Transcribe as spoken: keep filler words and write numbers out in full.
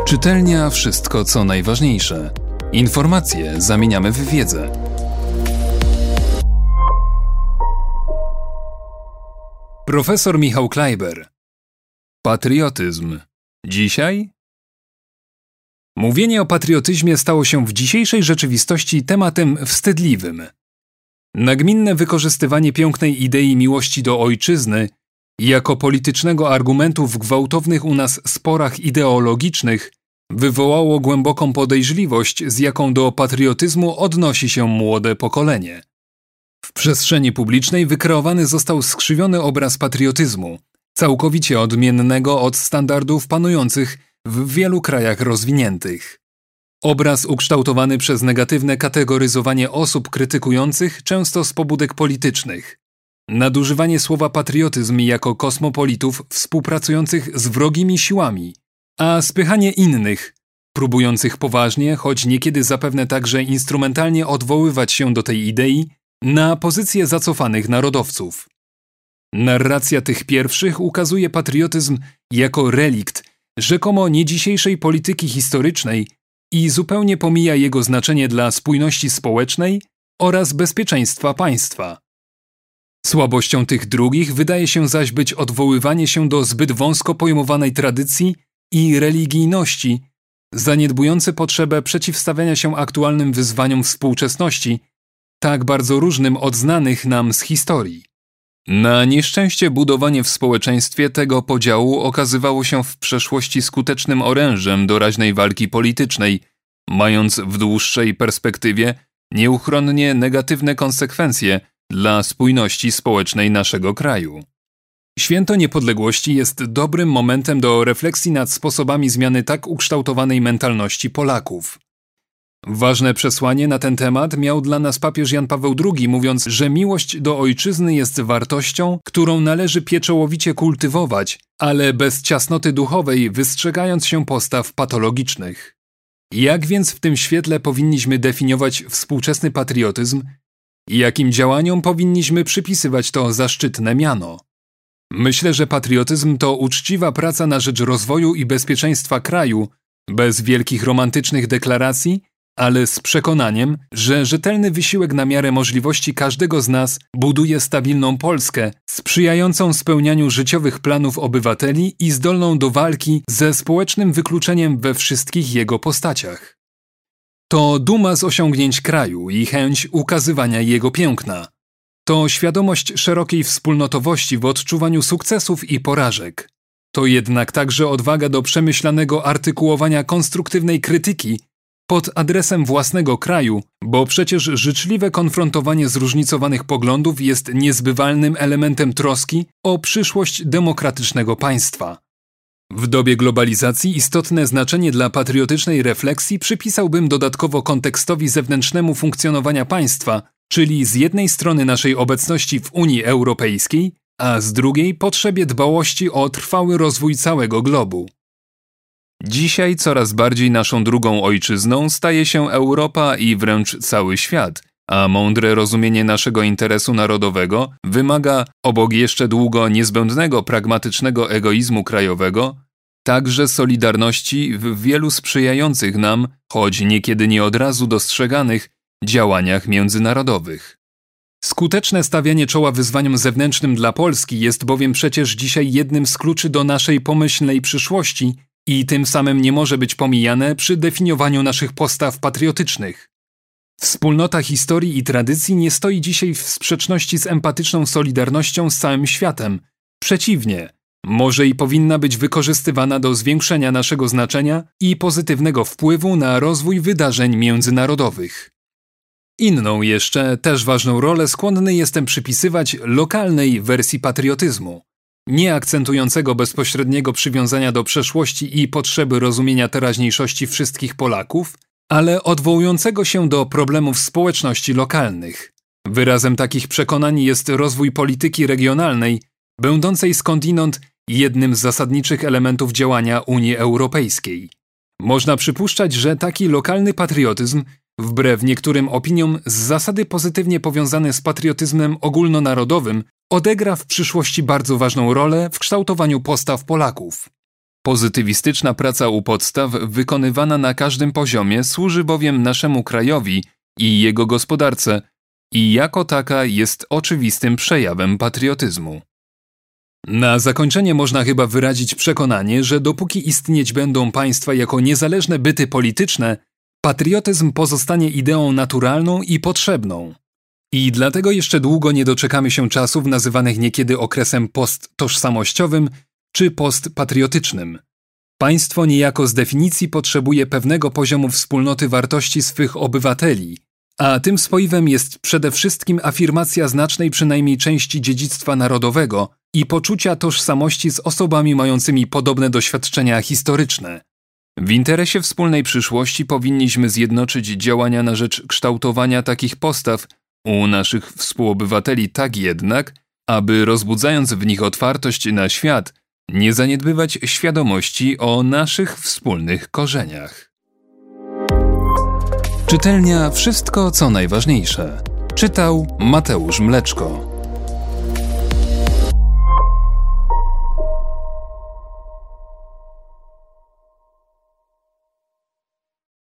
Czytelnia wszystko, co najważniejsze. Informacje zamieniamy w wiedzę. Profesor Michał Klejber. Patriotyzm. Dzisiaj? Mówienie o patriotyzmie stało się w dzisiejszej rzeczywistości tematem wstydliwym. Nagminne wykorzystywanie pięknej idei miłości do ojczyzny jako politycznego argumentu w gwałtownych u nas sporach ideologicznych wywołało głęboką podejrzliwość, z jaką do patriotyzmu odnosi się młode pokolenie. W przestrzeni publicznej wykreowany został skrzywiony obraz patriotyzmu, całkowicie odmiennego od standardów panujących w wielu krajach rozwiniętych. Obraz ukształtowany przez negatywne kategoryzowanie osób krytykujących, często z pobudek politycznych. Nadużywanie słowa patriotyzm jako kosmopolitów współpracujących z wrogimi siłami, a spychanie innych, próbujących poważnie, choć niekiedy zapewne także instrumentalnie odwoływać się do tej idei, na pozycję zacofanych narodowców. Narracja tych pierwszych ukazuje patriotyzm jako relikt rzekomo nie dzisiejszej polityki historycznej i zupełnie pomija jego znaczenie dla spójności społecznej oraz bezpieczeństwa państwa. Słabością tych drugich wydaje się zaś być odwoływanie się do zbyt wąsko pojmowanej tradycji i religijności, zaniedbujące potrzebę przeciwstawiania się aktualnym wyzwaniom współczesności, tak bardzo różnym od znanych nam z historii. Na nieszczęście budowanie w społeczeństwie tego podziału okazywało się w przeszłości skutecznym orężem doraźnej walki politycznej, mając w dłuższej perspektywie nieuchronnie negatywne konsekwencje dla spójności społecznej naszego kraju. Święto Niepodległości jest dobrym momentem do refleksji nad sposobami zmiany tak ukształtowanej mentalności Polaków. Ważne przesłanie na ten temat miał dla nas papież Jan Paweł drugi, mówiąc, że miłość do ojczyzny jest wartością, którą należy pieczołowicie kultywować, ale bez ciasnoty duchowej, wystrzegając się postaw patologicznych. Jak więc w tym świetle powinniśmy definiować współczesny patriotyzm i jakim działaniom powinniśmy przypisywać to zaszczytne miano? Myślę, że patriotyzm to uczciwa praca na rzecz rozwoju i bezpieczeństwa kraju, bez wielkich romantycznych deklaracji, ale z przekonaniem, że rzetelny wysiłek na miarę możliwości każdego z nas buduje stabilną Polskę, sprzyjającą spełnianiu życiowych planów obywateli i zdolną do walki ze społecznym wykluczeniem we wszystkich jego postaciach. To duma z osiągnięć kraju i chęć ukazywania jego piękna. To świadomość szerokiej wspólnotowości w odczuwaniu sukcesów i porażek. To jednak także odwaga do przemyślanego artykułowania konstruktywnej krytyki pod adresem własnego kraju, bo przecież życzliwe konfrontowanie zróżnicowanych poglądów jest niezbywalnym elementem troski o przyszłość demokratycznego państwa. W dobie globalizacji istotne znaczenie dla patriotycznej refleksji przypisałbym dodatkowo kontekstowi zewnętrznemu funkcjonowania państwa, czyli z jednej strony naszej obecności w Unii Europejskiej, a z drugiej potrzebie dbałości o trwały rozwój całego globu. Dzisiaj coraz bardziej naszą drugą ojczyzną staje się Europa i wręcz cały świat, a mądre rozumienie naszego interesu narodowego wymaga, obok jeszcze długo niezbędnego pragmatycznego egoizmu krajowego, także solidarności w wielu sprzyjających nam, choć niekiedy nie od razu dostrzeganych, działaniach międzynarodowych. Skuteczne stawianie czoła wyzwaniom zewnętrznym dla Polski jest bowiem przecież dzisiaj jednym z kluczy do naszej pomyślnej przyszłości i tym samym nie może być pomijane przy definiowaniu naszych postaw patriotycznych. Wspólnota historii i tradycji nie stoi dzisiaj w sprzeczności z empatyczną solidarnością z całym światem. Przeciwnie, może i powinna być wykorzystywana do zwiększenia naszego znaczenia i pozytywnego wpływu na rozwój wydarzeń międzynarodowych. Inną jeszcze, też ważną rolę skłonny jestem przypisywać lokalnej wersji patriotyzmu, nie akcentującego bezpośredniego przywiązania do przeszłości i potrzeby rozumienia teraźniejszości wszystkich Polaków, ale odwołującego się do problemów społeczności lokalnych. Wyrazem takich przekonań jest rozwój polityki regionalnej, będącej skądinąd jednym z zasadniczych elementów działania Unii Europejskiej. Można przypuszczać, że taki lokalny patriotyzm, wbrew niektórym opiniom z zasady pozytywnie powiązany z patriotyzmem ogólnonarodowym, odegra w przyszłości bardzo ważną rolę w kształtowaniu postaw Polaków. Pozytywistyczna praca u podstaw, wykonywana na każdym poziomie, służy bowiem naszemu krajowi i jego gospodarce i jako taka jest oczywistym przejawem patriotyzmu. Na zakończenie można chyba wyrazić przekonanie, że dopóki istnieć będą państwa jako niezależne byty polityczne, patriotyzm pozostanie ideą naturalną i potrzebną. I dlatego jeszcze długo nie doczekamy się czasów nazywanych niekiedy okresem posttożsamościowym czy postpatriotycznym. Państwo niejako z definicji potrzebuje pewnego poziomu wspólnoty wartości swych obywateli, a tym spoiwem jest przede wszystkim afirmacja znacznej przynajmniej części dziedzictwa narodowego i poczucia tożsamości z osobami mającymi podobne doświadczenia historyczne. W interesie wspólnej przyszłości powinniśmy zjednoczyć działania na rzecz kształtowania takich postaw u naszych współobywateli tak jednak, aby rozbudzając w nich otwartość na świat, nie zaniedbywać świadomości o naszych wspólnych korzeniach. Czytelnia Wszystko, co najważniejsze. Czytał Mateusz Mleczko.